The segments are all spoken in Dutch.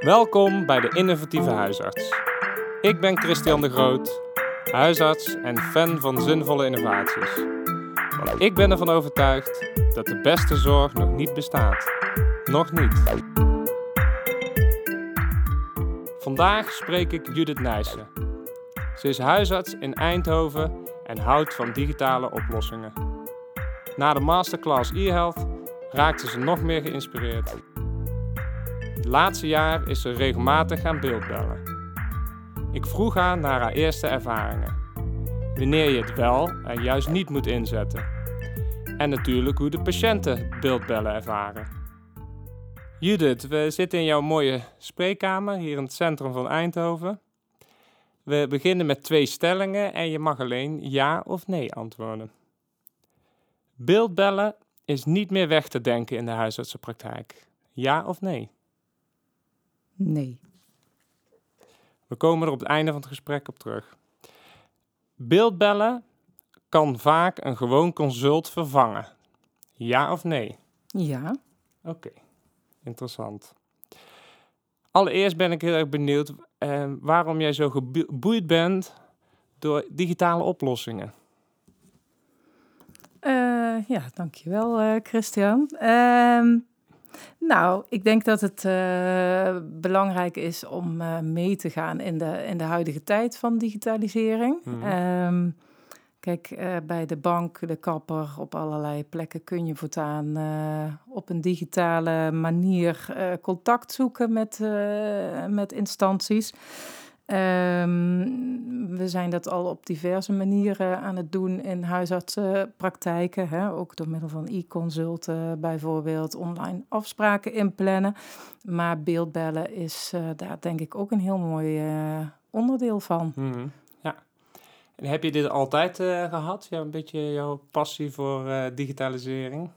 Welkom bij de Innovatieve Huisarts. Ik ben Christian de Groot, huisarts en fan van zinvolle innovaties. Want ik ben ervan overtuigd dat de beste zorg nog niet bestaat. Nog niet. Vandaag spreek ik Judith Nijssen. Ze is huisarts in Eindhoven en houdt van digitale oplossingen. Na de masterclass e-health raakte ze nog meer geïnspireerd. Het laatste jaar is ze regelmatig gaan beeldbellen. Ik vroeg haar naar haar eerste ervaringen. Wanneer je het wel en juist niet moet inzetten. En natuurlijk hoe de patiënten beeldbellen ervaren. Judith, we zitten in jouw mooie spreekkamer hier in het centrum van Eindhoven. We beginnen met 2 stellingen en je mag alleen ja of nee antwoorden. Beeldbellen is niet meer weg te denken in de huisartsenpraktijk. Ja of nee? Nee. We komen er op het einde van het gesprek op terug. Beeldbellen kan vaak een gewoon consult vervangen. Ja of nee? Ja. Oké, interessant. Allereerst ben ik heel erg benieuwd waarom jij zo geboeid bent door digitale oplossingen. Ja, dankjewel Christian. Nou, ik denk dat het belangrijk is om mee te gaan in de huidige tijd van digitalisering. Kijk, bij de bank, de kapper, op allerlei plekken kun je voortaan op een digitale manier contact zoeken met instanties. We zijn dat al op diverse manieren aan het doen in huisartsenpraktijken. Hè? Ook door middel van e-consulten bijvoorbeeld, online afspraken inplannen. Maar beeldbellen is daar denk ik ook een heel mooi onderdeel van. Ja. En heb je dit altijd gehad? Ja, een beetje jouw passie voor digitalisering?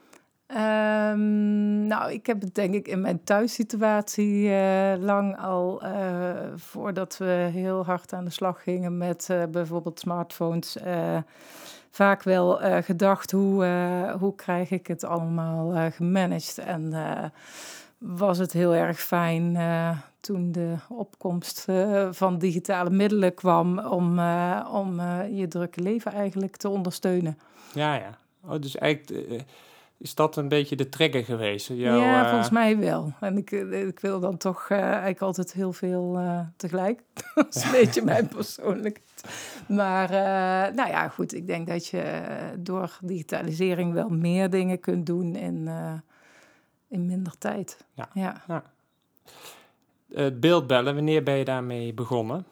Nou, ik heb het denk ik in mijn thuissituatie lang al, voordat we heel hard aan de slag gingen met bijvoorbeeld smartphones, vaak wel gedacht, hoe krijg ik het allemaal gemanaged? En was het heel erg fijn toen de opkomst van digitale middelen kwam om je drukke leven eigenlijk te ondersteunen. Ja. Oh, dus eigenlijk is dat een beetje de trigger geweest? Ja, volgens mij wel. En ik wil dan toch eigenlijk altijd heel veel tegelijk. Dat is een beetje mijn persoonlijkheid. Maar nou ja, goed. Ik denk dat je door digitalisering wel meer dingen kunt doen in minder tijd. Ja. Het beeldbellen, wanneer ben je daarmee begonnen?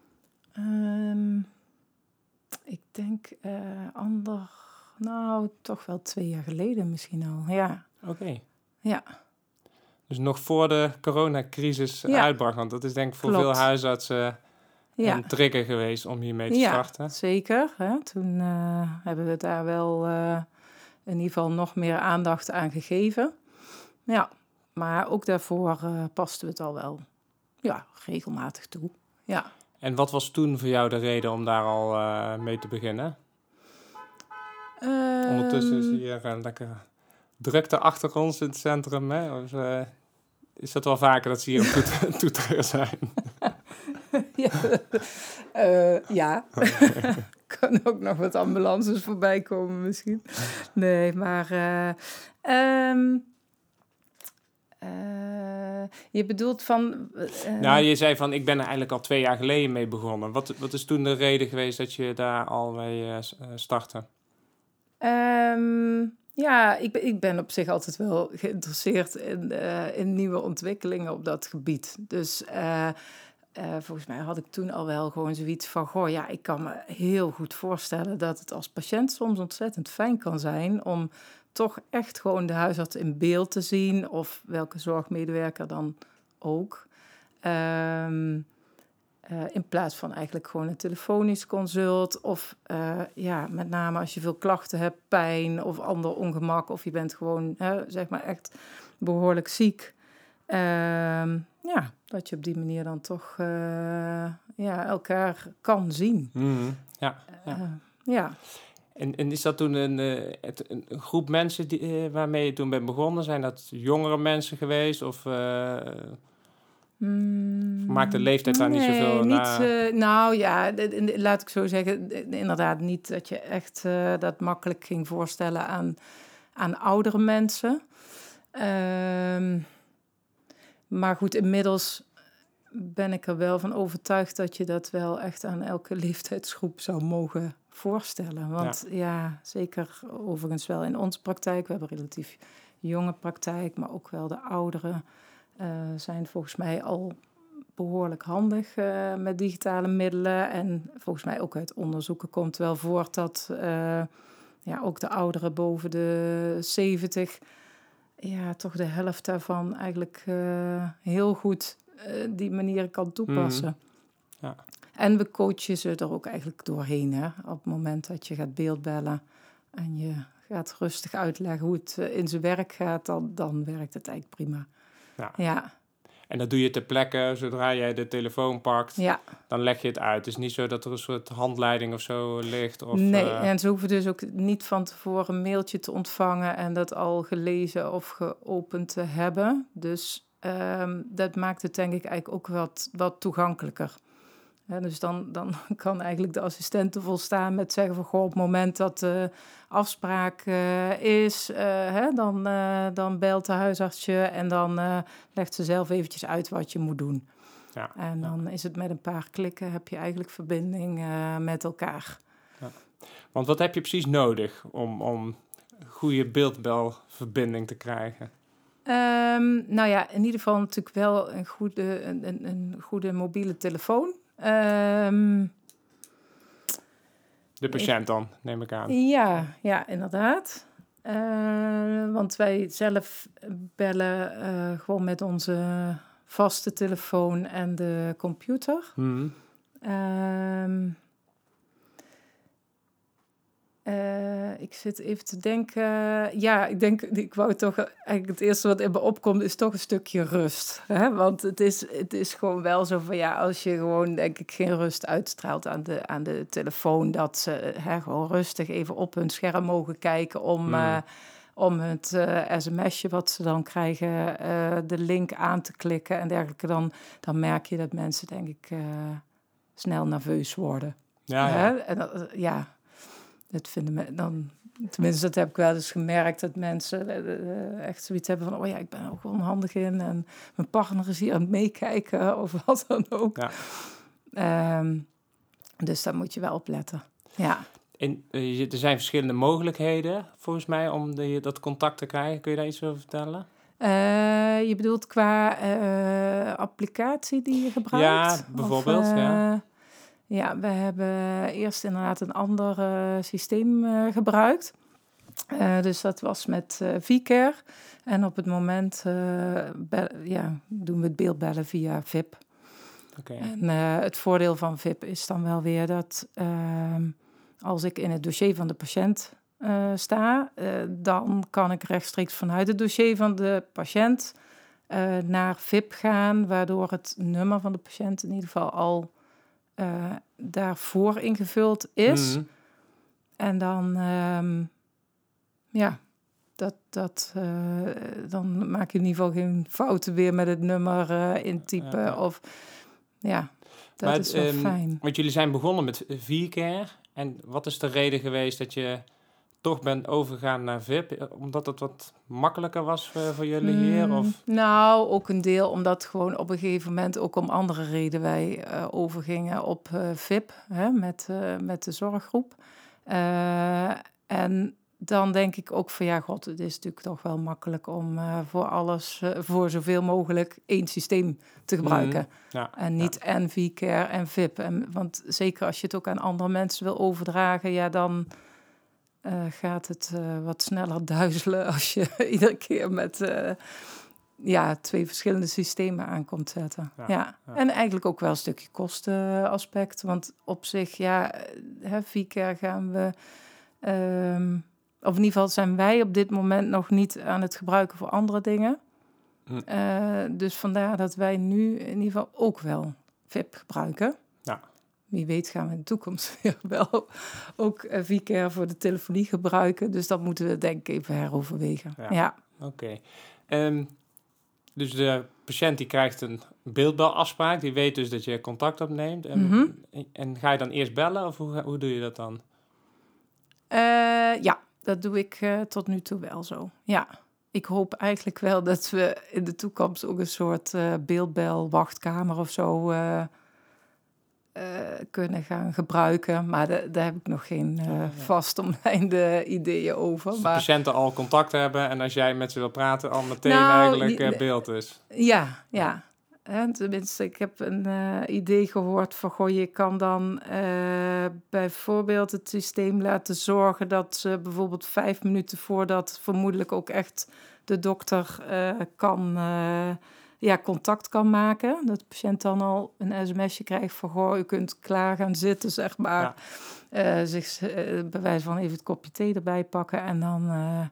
Ik denk toch wel 2 jaar geleden misschien al, ja. Oké. Ja. Dus nog voor de coronacrisis uitbrak, want dat is denk ik voor Klopt. veel huisartsen een trigger geweest om hiermee te starten. Ja, zeker. Hè? Toen hebben we daar wel in ieder geval nog meer aandacht aan gegeven. Ja, maar ook daarvoor pasten we het al wel regelmatig toe. Ja. En wat was toen voor jou de reden om daar al mee te beginnen? Ondertussen is hier lekker drukte achter ons in het centrum. Hè? Of, is dat wel vaker dat ze hier een toeter zijn? Ja. Kan ook nog wat ambulances voorbij komen misschien. Nee, maar je bedoelt van... Nou, je zei van, ik ben er eigenlijk al 2 jaar geleden mee begonnen. Wat is toen de reden geweest dat je daar al mee startte? Ja, ik ben op zich altijd wel geïnteresseerd in nieuwe ontwikkelingen op dat gebied. Dus volgens mij had ik toen al wel gewoon zoiets van... Goh, ja, ik kan me heel goed voorstellen dat het als patiënt soms ontzettend fijn kan zijn... om toch echt gewoon de huisarts in beeld te zien... of welke zorgmedewerker dan ook... in plaats van eigenlijk gewoon een telefonisch consult... of met name als je veel klachten hebt, pijn of ander ongemak... of je bent gewoon, zeg maar echt behoorlijk ziek... dat je op die manier dan toch elkaar kan zien. Ja. En is dat toen een groep mensen waarmee je toen bent begonnen? Zijn dat jongere mensen geweest of... Maakt de leeftijd daar niet zoveel naar? Nou ja, laat ik zo zeggen, inderdaad niet dat je echt dat makkelijk ging voorstellen aan oudere mensen. Maar goed, inmiddels ben ik er wel van overtuigd dat je dat wel echt aan elke leeftijdsgroep zou mogen voorstellen. Want ja, zeker overigens wel in onze praktijk. We hebben een relatief jonge praktijk, maar ook wel de ouderen zijn volgens mij al behoorlijk handig met digitale middelen. En volgens mij ook uit onderzoeken komt wel voort dat ook de ouderen boven de 70... toch de helft daarvan eigenlijk heel goed die manieren kan toepassen. Ja. En we coachen ze er ook eigenlijk doorheen. Hè? Op het moment dat je gaat beeldbellen en je gaat rustig uitleggen hoe het in zijn werk gaat, dan werkt het eigenlijk prima. Ja. En dat doe je ter plekke, zodra jij de telefoon pakt, Ja. Dan leg je het uit. Het is niet zo dat er een soort handleiding of zo ligt? Of, nee, en ze hoeven dus ook niet van tevoren een mailtje te ontvangen en dat al gelezen of geopend te hebben. Dus dat maakt het denk ik eigenlijk ook wat toegankelijker. Dus dan kan eigenlijk de assistente volstaan met zeggen van, goh, op het moment dat de afspraak is, dan belt de huisarts je en dan legt ze zelf eventjes uit wat je moet doen. Ja, en dan is het met een paar klikken heb je eigenlijk verbinding met elkaar. Ja. Want wat heb je precies nodig om goede beeldbelverbinding te krijgen? In ieder geval natuurlijk wel een goede mobiele telefoon. De patiënt dan, neem ik aan. Ja, inderdaad. Want wij zelf bellen gewoon met onze vaste telefoon en de computer. Ik zit even te denken. Ik wou toch eigenlijk het eerste wat in me opkomt is toch een stukje rust. Hè? Want het is gewoon wel zo van als je gewoon denk ik geen rust uitstraalt aan de telefoon, dat ze gewoon rustig even op hun scherm mogen kijken om het sms'je wat ze dan krijgen, de link aan te klikken en dergelijke. Dan merk je dat mensen denk ik snel nerveus worden. Ja. En dat vinden dan, tenminste, dat heb ik wel eens gemerkt, dat mensen echt zoiets hebben van, ik ben er ook onhandig in en mijn partner is hier aan het meekijken of wat dan ook. Ja. Dus daar moet je wel op letten. Ja. En er zijn verschillende mogelijkheden, volgens mij, om dat contact te krijgen. Kun je daar iets over vertellen? Je bedoelt qua applicatie die je gebruikt? Ja, bijvoorbeeld, Ja, we hebben eerst inderdaad een ander systeem gebruikt. Dus dat was met vCare. En op het moment doen we het beeldbellen via VIP. Okay. En het voordeel van VIP is dan wel weer dat als ik in het dossier van de patiënt sta, dan kan ik rechtstreeks vanuit het dossier van de patiënt naar VIP gaan, waardoor het nummer van de patiënt in ieder geval al daarvoor ingevuld is. En dan, dan maak je in ieder geval geen fouten weer met het nummer intypen. Dat is wel fijn. Want jullie zijn begonnen met vCare. En wat is de reden geweest dat je toch bent overgegaan naar VIP? Omdat het wat makkelijker was voor jullie hier? Of? Nou, ook een deel omdat gewoon op een gegeven moment ook om andere reden wij overgingen op VIP met de zorggroep. En dan denk ik ook van het is natuurlijk toch wel makkelijk om voor alles, voor zoveel mogelijk één systeem te gebruiken. En niet en vCare en VIP. Want zeker als je het ook aan andere mensen wil overdragen, dan gaat het wat sneller duizelen als je iedere keer met 2 verschillende systemen aan komt zetten. Ja. En eigenlijk ook wel een stukje kostenaspect. Want op zich, vCare gaan we... of in ieder geval zijn wij op dit moment nog niet aan het gebruiken voor andere dingen. Dus vandaar dat wij nu in ieder geval ook wel VIP gebruiken. Ja. Wie weet gaan we in de toekomst weer wel ook vCare voor de telefonie gebruiken. Dus dat moeten we denk ik even heroverwegen. Ja. Oké. Dus de patiënt die krijgt een beeldbelafspraak. Die weet dus dat je contact opneemt. En ga je dan eerst bellen of hoe doe je dat dan? Ja, dat doe ik tot nu toe wel zo. Ja, ik hoop eigenlijk wel dat we in de toekomst ook een soort beeldbel-wachtkamer of zo kunnen gaan gebruiken. Maar daar heb ik nog geen vastomlijnde ideeën over. Dus de maar patiënten al contact hebben en als jij met ze wil praten, al meteen eigenlijk beeld is. Ja. Tenminste, ik heb een idee gehoord van... je kan dan bijvoorbeeld het systeem laten zorgen... dat ze bijvoorbeeld 5 minuten voordat vermoedelijk ook echt de dokter contact kan maken. Dat de patiënt dan al een sms'je krijgt van... u kunt klaar gaan zitten, zeg maar. Ja. Bij wijze van even het kopje thee erbij pakken en dan...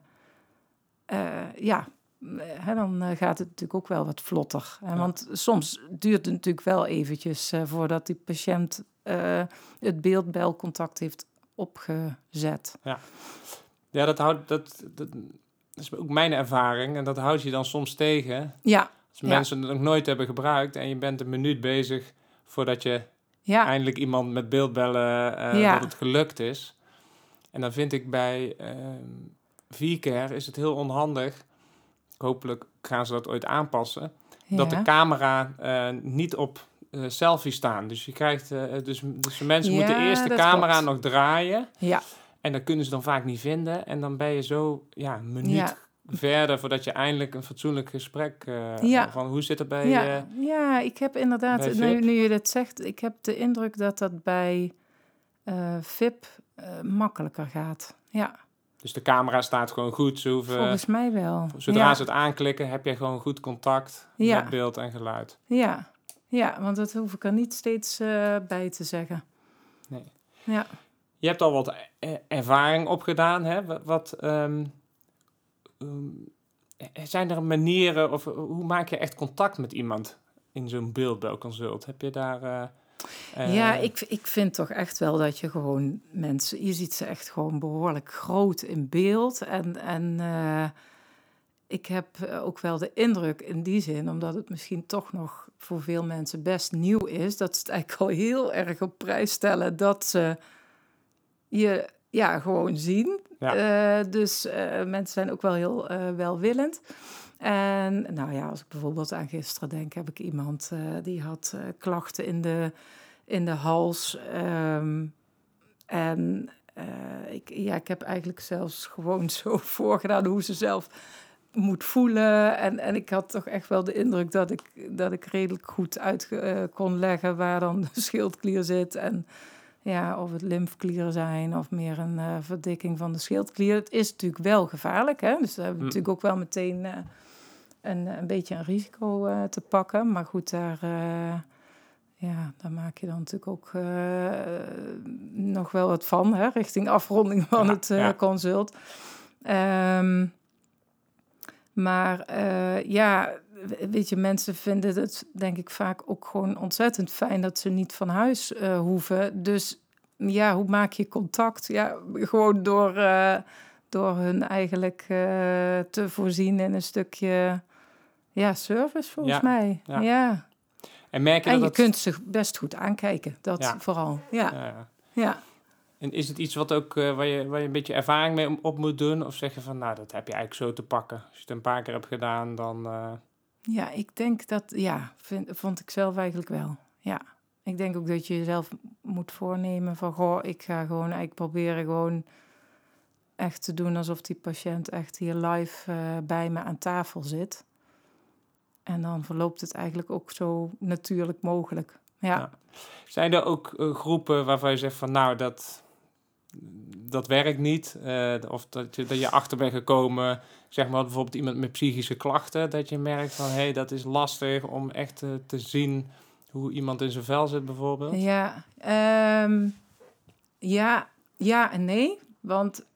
dan gaat het natuurlijk ook wel wat vlotter. Ja. Want soms duurt het natuurlijk wel eventjes... voordat die patiënt het beeldbelcontact heeft opgezet. Ja, dat is ook mijn ervaring. En dat houdt je dan soms tegen. Ja. Als mensen het nog nooit hebben gebruikt... en je bent een minuut bezig voordat je eindelijk iemand met beeldbellen... dat het gelukt is. En dan vind ik bij VCare is het heel onhandig... Hopelijk gaan ze dat ooit aanpassen. Ja. Dat de camera niet op selfie staan. Dus je krijgt... dus mensen moeten eerst de camera nog draaien. Ja. En dat kunnen ze dan vaak niet vinden. En dan ben je zo een minuut verder... voordat je eindelijk een fatsoenlijk gesprek... van hoe zit het bij... Ja, ik heb inderdaad... Nu je dat zegt... ik heb de indruk dat dat bij VIP makkelijker gaat. Ja. Dus de camera staat gewoon goed. Ze hoeven, volgens mij wel. Zodra ze het aanklikken, heb je gewoon goed contact met beeld en geluid. Ja, want dat hoef ik er niet steeds bij te zeggen. Nee. Ja. Je hebt al wat ervaring opgedaan. Hè? Zijn er manieren of hoe maak je echt contact met iemand in zo'n beeldbelconsult? Heb je daar... ik vind toch echt wel dat je gewoon mensen... Je ziet ze echt gewoon behoorlijk groot in beeld. En ik heb ook wel de indruk in die zin... omdat het misschien toch nog voor veel mensen best nieuw is... dat ze het eigenlijk al heel erg op prijs stellen... dat ze je gewoon zien. Ja. Dus mensen zijn ook wel heel welwillend... En als ik bijvoorbeeld aan gisteren denk... heb ik iemand die had klachten in de hals. Ik heb eigenlijk zelfs gewoon zo voorgedaan... hoe ze zelf moet voelen. En ik had toch echt wel de indruk dat ik redelijk goed uit kon leggen... waar dan de schildklier zit... en of het lymfeklieren zijn of meer een verdikking van de schildklier. Het is natuurlijk wel gevaarlijk, hè? Dus daar hebben we natuurlijk ook wel meteen... een beetje een risico te pakken. Maar goed, daar maak je dan natuurlijk ook nog wel wat van... Hè, richting afronding van het consult. Weet je, mensen vinden het denk ik vaak ook gewoon ontzettend fijn... dat ze niet van huis hoeven. Dus hoe maak je contact? Ja, gewoon door hun eigenlijk te voorzien in een stukje... service volgens mij. Ja. En merk je je kunt ze best goed aankijken, dat vooral. Ja. En is het iets wat ook waar je een beetje ervaring mee op moet doen? Of zeg je van, dat heb je eigenlijk zo te pakken. Als je het een paar keer hebt gedaan, dan... Ja, ik denk dat... vond ik zelf eigenlijk wel. Ja. Ik denk ook dat je jezelf moet voornemen van... ik ga gewoon eigenlijk proberen gewoon... echt te doen alsof die patiënt echt hier live bij me aan tafel zit... En dan verloopt het eigenlijk ook zo natuurlijk mogelijk. Ja. Zijn er ook groepen waarvan je zegt van... dat werkt niet? Of dat je achter bent gekomen... zeg maar bijvoorbeeld iemand met psychische klachten... dat je merkt van... dat is lastig om echt te zien... hoe iemand in zijn vel zit bijvoorbeeld? Ja en nee. Want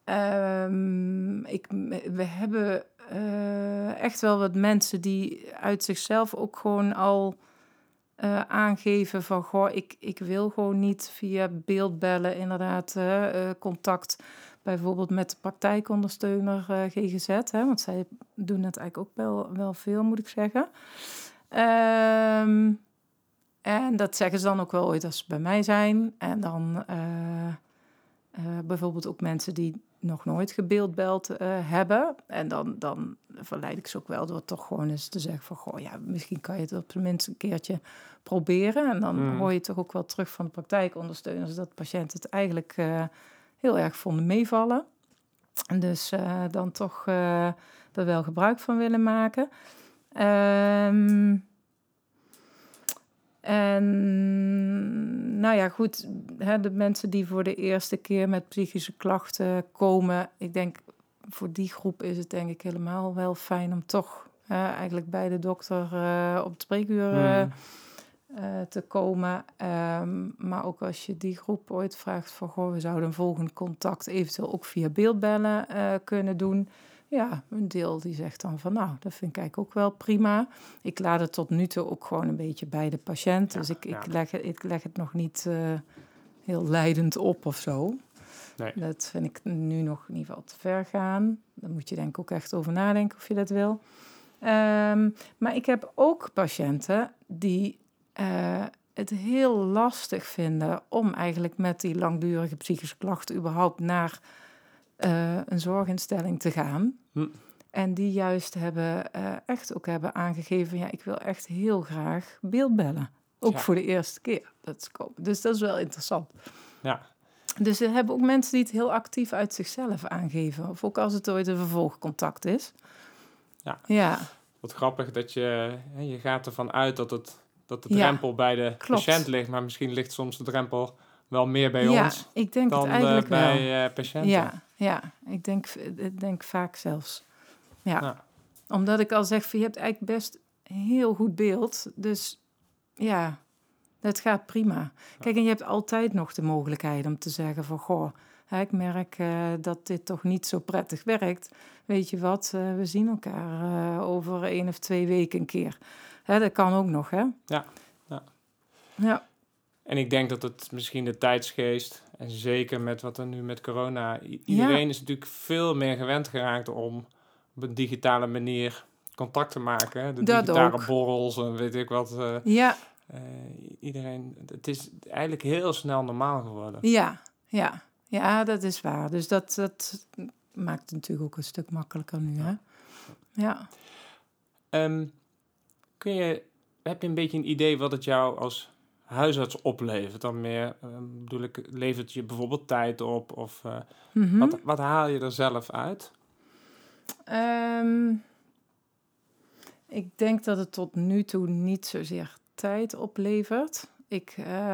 we hebben... echt wel wat mensen die uit zichzelf ook gewoon al aangeven van... ik wil gewoon niet via beeldbellen inderdaad contact bijvoorbeeld met de praktijkondersteuner GGZ. Hè, want zij doen het eigenlijk ook wel veel, moet ik zeggen. En dat zeggen ze dan ook wel ooit als ze bij mij zijn. En dan bijvoorbeeld ook mensen die nog nooit gebeeldbeld hebben. En dan verleid ik ze ook wel door toch gewoon eens te zeggen van... Goh, ja, misschien kan je het op zijn minst een keertje proberen. En dan hoor je toch ook wel terug van de praktijkondersteuners... dat patiënten het eigenlijk heel erg vonden meevallen. En dus dan toch er wel gebruik van willen maken. En nou ja, goed, hè, de mensen die voor de eerste keer met psychische klachten komen... ik denk, voor die groep is het denk ik helemaal wel fijn om toch eigenlijk bij de dokter op het spreekuur te komen. Maar ook als je die groep ooit vraagt van... Goh, we zouden een volgend contact eventueel ook via beeldbellen kunnen doen... Ja, een deel die zegt dan van, nou, dat vind ik eigenlijk ook wel prima. Ik laat het tot nu toe ook gewoon een beetje bij de patiënt. Dus ik leg het nog niet heel leidend op of zo. Nee. Dat vind ik nu nog in ieder geval te ver gaan. Daar moet je denk ik ook echt over nadenken of je dat wil. Maar ik heb ook patiënten die het heel lastig vinden... om eigenlijk met die langdurige psychische klachten überhaupt naar... een zorginstelling te gaan. En die juist echt hebben aangegeven... ja, ik wil echt heel graag beeldbellen. Ook voor de eerste keer dat ze komen. Dus dat is wel interessant. Ja. Dus er hebben ook mensen die het heel actief uit zichzelf aangeven. Of ook als het ooit een vervolgcontact is. Ja. Wat grappig dat je gaat ervan uit dat de drempel bij de patiënt ligt. Maar misschien ligt soms de drempel wel meer bij ons ik denk dan het eigenlijk bij patiënten. Ja, ik denk vaak zelfs. Ja. Omdat ik al zeg, van, je hebt eigenlijk best heel goed beeld. Dus ja, dat gaat prima. Kijk, en je hebt altijd nog de mogelijkheid om te zeggen van... Goh, ik merk dat dit toch niet zo prettig werkt. Weet je wat, we zien elkaar over 1 of 2 weken een keer. Dat kan ook nog, hè? Ja. En ik denk dat het misschien de tijdsgeest... en zeker met wat er nu met corona... Iedereen is natuurlijk veel meer gewend geraakt... om op een digitale manier contact te maken. De dat digitale ook. borrels en weet ik wat. Iedereen... Het is eigenlijk heel snel normaal geworden. Ja, dat is waar. Dus dat maakt het natuurlijk ook een stuk makkelijker nu, hè? Ja. Heb je een beetje een idee wat het jou als huisarts oplevert? Dan meer, levert je bijvoorbeeld tijd op? Of wat haal je er zelf uit? Ik denk dat het tot nu toe niet zozeer tijd oplevert. Ik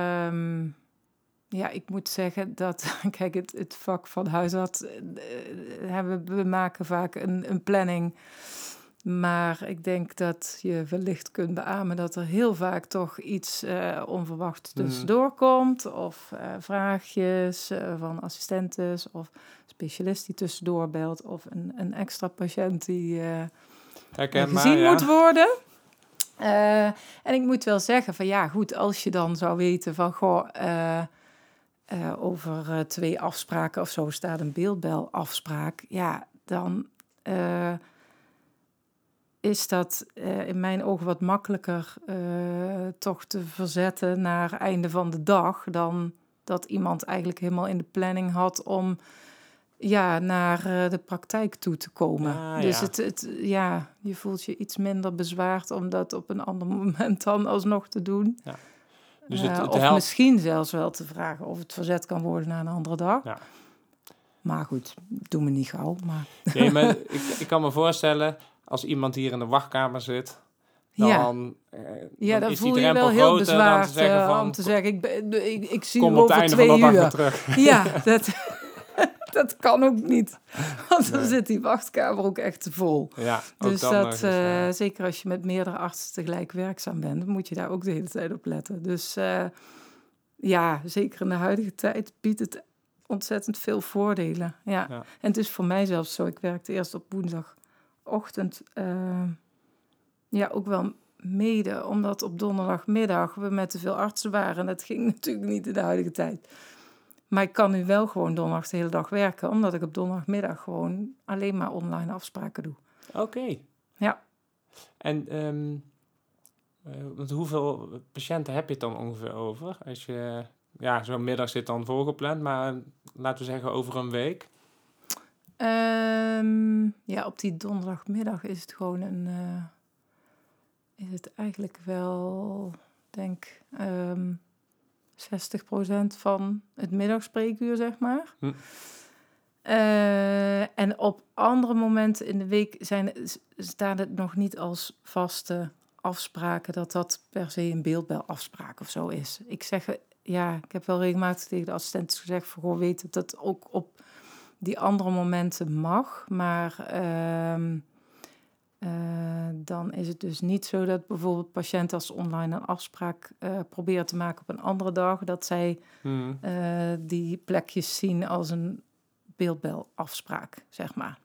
moet zeggen dat... Kijk, het vak van huisarts... we maken vaak een planning... Maar ik denk dat je wellicht kunt beamen dat er heel vaak toch iets onverwachts tussendoor komt. Of vraagjes van assistentes of specialist die tussendoor belt. Of een extra patiënt die gezien moet worden. En ik moet wel zeggen van ja, goed, als je dan zou weten van goh, over 2 afspraken of zo staat een beeldbelafspraak. Ja, dan... is dat in mijn ogen wat makkelijker toch te verzetten naar einde van de dag... dan dat iemand eigenlijk helemaal in de planning had om naar de praktijk toe te komen. Dus je voelt je iets minder bezwaard om dat op een ander moment dan alsnog te doen. Ja. Dus het of helpt... misschien zelfs wel te vragen of het verzet kan worden naar een andere dag. Ja. Maar goed, doe me niet gauw. Maar... Nee, maar ik kan me voorstellen... Als iemand hier in de wachtkamer zit, dan dan is voel die je wel heel bezwaard om te zeggen, ik zie hem over 2 uur. Weer terug. Ja, dat kan ook niet. Want dan zit die wachtkamer ook echt vol. Ja, dus dat, zeker als je met meerdere artsen tegelijk werkzaam bent, dan moet je daar ook de hele tijd op letten. Dus zeker in de huidige tijd biedt het ontzettend veel voordelen. Ja. En het is voor mij zelfs zo, ik werkte eerst op woensdagochtend ook wel mede, omdat op donderdagmiddag we met te veel artsen waren. En dat ging natuurlijk niet in de huidige tijd. Maar ik kan nu wel gewoon donderdag de hele dag werken, omdat ik op donderdagmiddag gewoon alleen maar online afspraken doe. Oké. Ja. En want hoeveel patiënten heb je het dan ongeveer over? Als je, zo'n middag zit dan volgepland, maar laten we zeggen over een week. Op die donderdagmiddag is het gewoon is het eigenlijk wel, denk 60% van het middagspreekuur, zeg maar. En op andere momenten in de week staan het nog niet als vaste afspraken dat per se een beeldbelafspraak of zo is. Ik heb wel regelmatig tegen de assistenten gezegd van, goh, weet dat het ook op die andere momenten mag, maar dan is het dus niet zo dat bijvoorbeeld patiënten als online een afspraak proberen te maken op een andere dag, dat zij die plekjes zien als een beeldbelafspraak, zeg maar.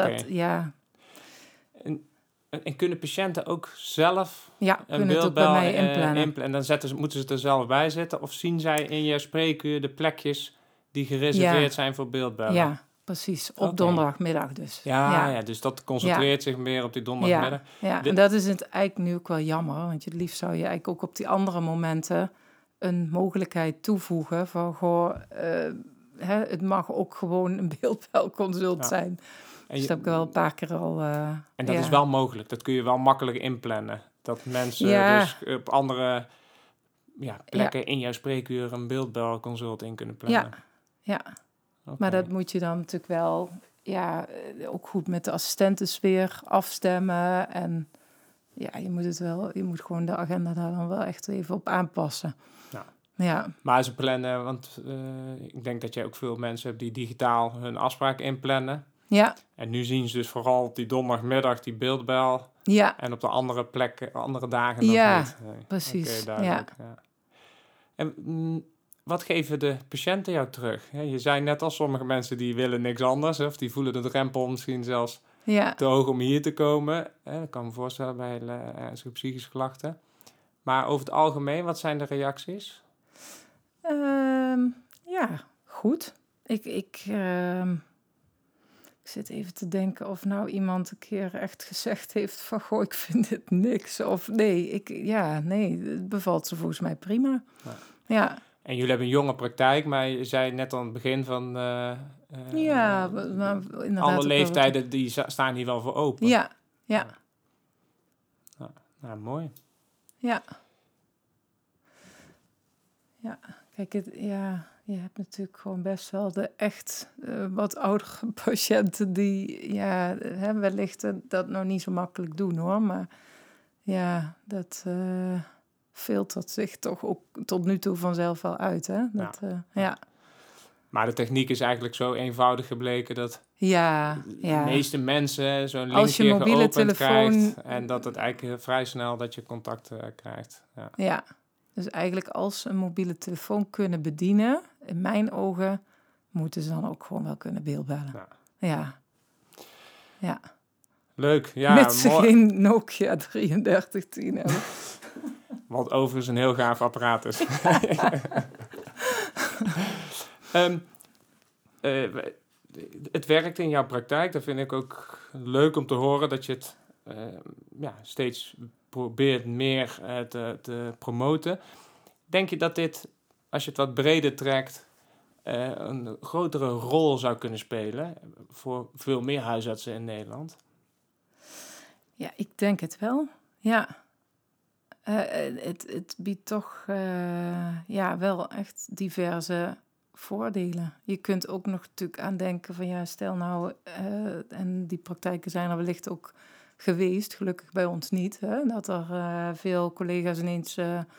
En kunnen patiënten ook zelf een beeldbel bij mij inplannen? En dan moeten ze het er zelf bij zetten? Of zien zij in je spreekuur de plekjes die gereserveerd zijn voor beeldbellen? Ja, precies. Op donderdagmiddag dus. Ja, dus dat concentreert zich meer op die donderdagmiddag. Ja. En dat is het eigenlijk nu ook wel jammer. Want het liefst zou je eigenlijk ook op die andere momenten een mogelijkheid toevoegen van, het mag ook gewoon een beeldbelconsult zijn. Dus dat heb ik wel een paar keer al... en dat is wel mogelijk. Dat kun je wel makkelijk inplannen. Dat mensen dus op andere plekken in jouw spreekuur een beeldbelconsult in kunnen plannen. Ja. Okay. Maar dat moet je dan natuurlijk wel ook goed met de assistenten weer afstemmen. En je moet gewoon de agenda daar dan wel echt even op aanpassen. Ja. Maar ze plannen, want ik denk dat je ook veel mensen hebt die digitaal hun afspraak inplannen. Ja. En nu zien ze dus vooral op die donderdagmiddag die beeldbel. Ja. En op de andere plekken, andere dagen nog niet. Nee. Precies. Okay, duidelijk. Ja. En wat geven de patiënten jou terug? Je zei net al, sommige mensen die willen niks anders. Of die voelen de drempel misschien zelfs te hoog om hier te komen. Dat kan me voorstellen bij ernstige psychische klachten. Maar over het algemeen, wat zijn de reacties? Goed. Ik zit even te denken of nou iemand een keer echt gezegd heeft van, goh, ik vind dit niks. Of nee, het bevalt ze volgens mij prima. Ja. En jullie hebben een jonge praktijk, maar je zei net aan het begin van... maar alle leeftijden die staan hier wel voor open. Ja. Nou, mooi. Ja. Kijk, je hebt natuurlijk gewoon best wel de echt wat oudere patiënten die wellicht dat nog niet zo makkelijk doen, hoor. Maar dat filtert zich toch ook tot nu toe vanzelf wel uit, hè? Maar de techniek is eigenlijk zo eenvoudig gebleken dat de meeste mensen zo'n linkje geopend krijgt en dat het eigenlijk vrij snel dat je contact krijgt. Ja. Dus eigenlijk als ze een mobiele telefoon kunnen bedienen, in mijn ogen, moeten ze dan ook gewoon wel kunnen beeldbellen. Ja. Leuk, ja. Mits ze geen Nokia 3310 hebben. Wat overigens een heel gaaf apparaat is. Het werkt in jouw praktijk. Dat vind ik ook leuk om te horen dat je het steeds probeert meer te promoten. Denk je dat dit, als je het wat breder trekt, een grotere rol zou kunnen spelen voor veel meer huisartsen in Nederland? Ja, ik denk het wel. Ja. Het biedt toch wel echt diverse voordelen. Je kunt ook nog natuurlijk aan denken van stel nou, en die praktijken zijn er wellicht ook geweest, gelukkig bij ons niet, hè, dat er veel collega's ineens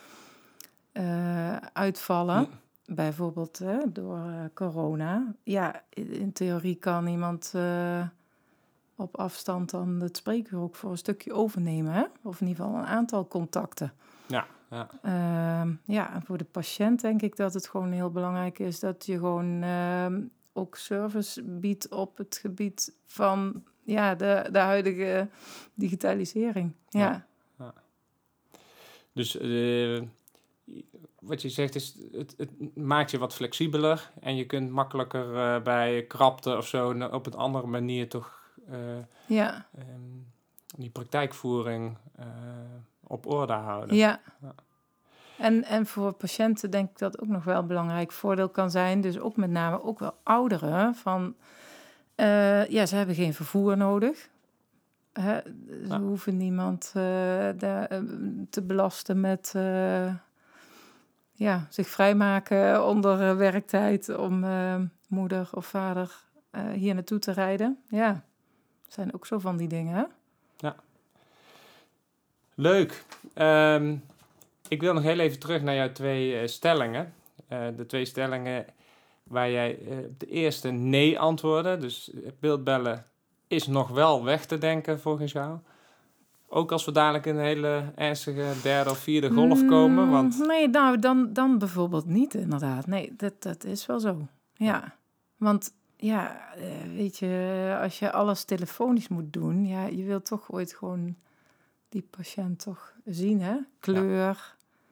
uitvallen. Bijvoorbeeld door corona. Ja, in theorie kan iemand op afstand dan het spreekuur ook voor een stukje overnemen, hè? Of in ieder geval een aantal contacten. Ja. En voor de patiënt denk ik dat het gewoon heel belangrijk is dat je gewoon ook service biedt op het gebied van de huidige digitalisering. Ja. Dus wat je zegt is, het maakt je wat flexibeler. En je kunt makkelijker bij krapte of zo op een andere manier toch die praktijkvoering op orde houden. Ja. En voor patiënten denk ik dat ook nog wel een belangrijk voordeel kan zijn. Dus ook met name ook wel ouderen. Ze hebben geen vervoer nodig. Ze hoeven niemand te belasten met zich vrijmaken onder werktijd om moeder of vader hier naartoe te rijden. Ja, dat zijn ook zo van die dingen, hè? Ja. Leuk. Ik wil nog heel even terug naar jouw 2 stellingen. De 2 stellingen waar jij de eerste nee antwoordde. Dus beeldbellen is nog wel weg te denken volgens jou. Ook als we dadelijk in een hele ernstige 3e of 4e golf komen. Want... Nee, nou, dan bijvoorbeeld niet inderdaad. Nee, dat is wel zo. Ja, want weet je, als je alles telefonisch moet doen... Ja, je wilt toch ooit gewoon die patiënt toch zien, hè? Kleur...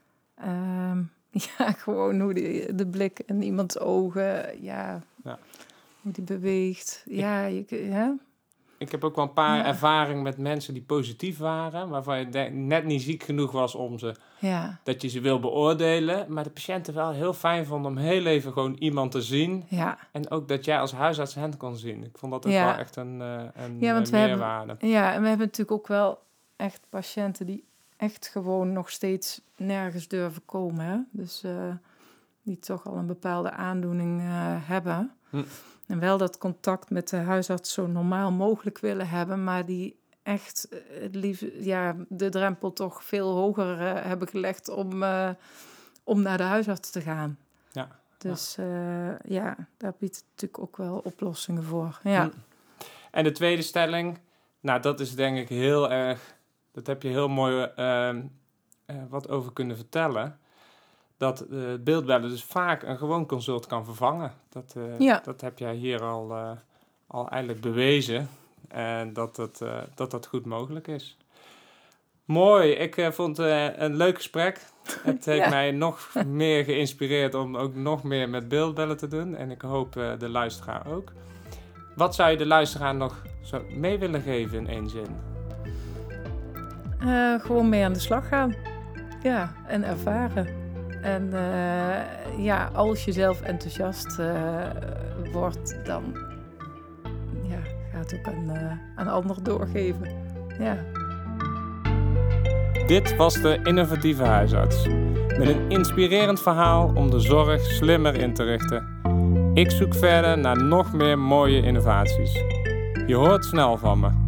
gewoon hoe de blik in iemands ogen, hoe die beweegt. Ik heb ook wel een paar ervaringen met mensen die positief waren, waarvan je net niet ziek genoeg was om dat je ze wil beoordelen, maar de patiënten wel heel fijn vonden om heel even gewoon iemand te zien. Ja. En ook dat jij als huisarts hen kon zien. Ik vond dat ook wel echt een meerwaarde. En we hebben natuurlijk ook wel echt patiënten die echt gewoon nog steeds nergens durven komen. Hè? Dus die toch al een bepaalde aandoening hebben. En wel dat contact met de huisarts zo normaal mogelijk willen hebben, maar die echt het liefst, de drempel toch veel hoger hebben gelegd om naar de huisarts te gaan. Ja. Dus daar biedt het natuurlijk ook wel oplossingen voor. Ja. En de tweede stelling, nou dat is denk ik heel erg... Dat heb je heel mooi wat over kunnen vertellen. Dat het beeldbellen dus vaak een gewoon consult kan vervangen. Dat heb jij hier al eigenlijk bewezen. En dat goed mogelijk is. Mooi, ik vond het een leuk gesprek. Het heeft mij nog meer geïnspireerd om ook nog meer met beeldbellen te doen. En ik hoop de luisteraar ook. Wat zou je de luisteraar nog zo mee willen geven in 1 zin? Gewoon mee aan de slag gaan. Ja, en ervaren. En als je zelf enthousiast wordt, dan ga het ook aan anderen doorgeven. Ja. Dit was de Innovatieve Huisarts. Met een inspirerend verhaal om de zorg slimmer in te richten. Ik zoek verder naar nog meer mooie innovaties. Je hoort snel van me.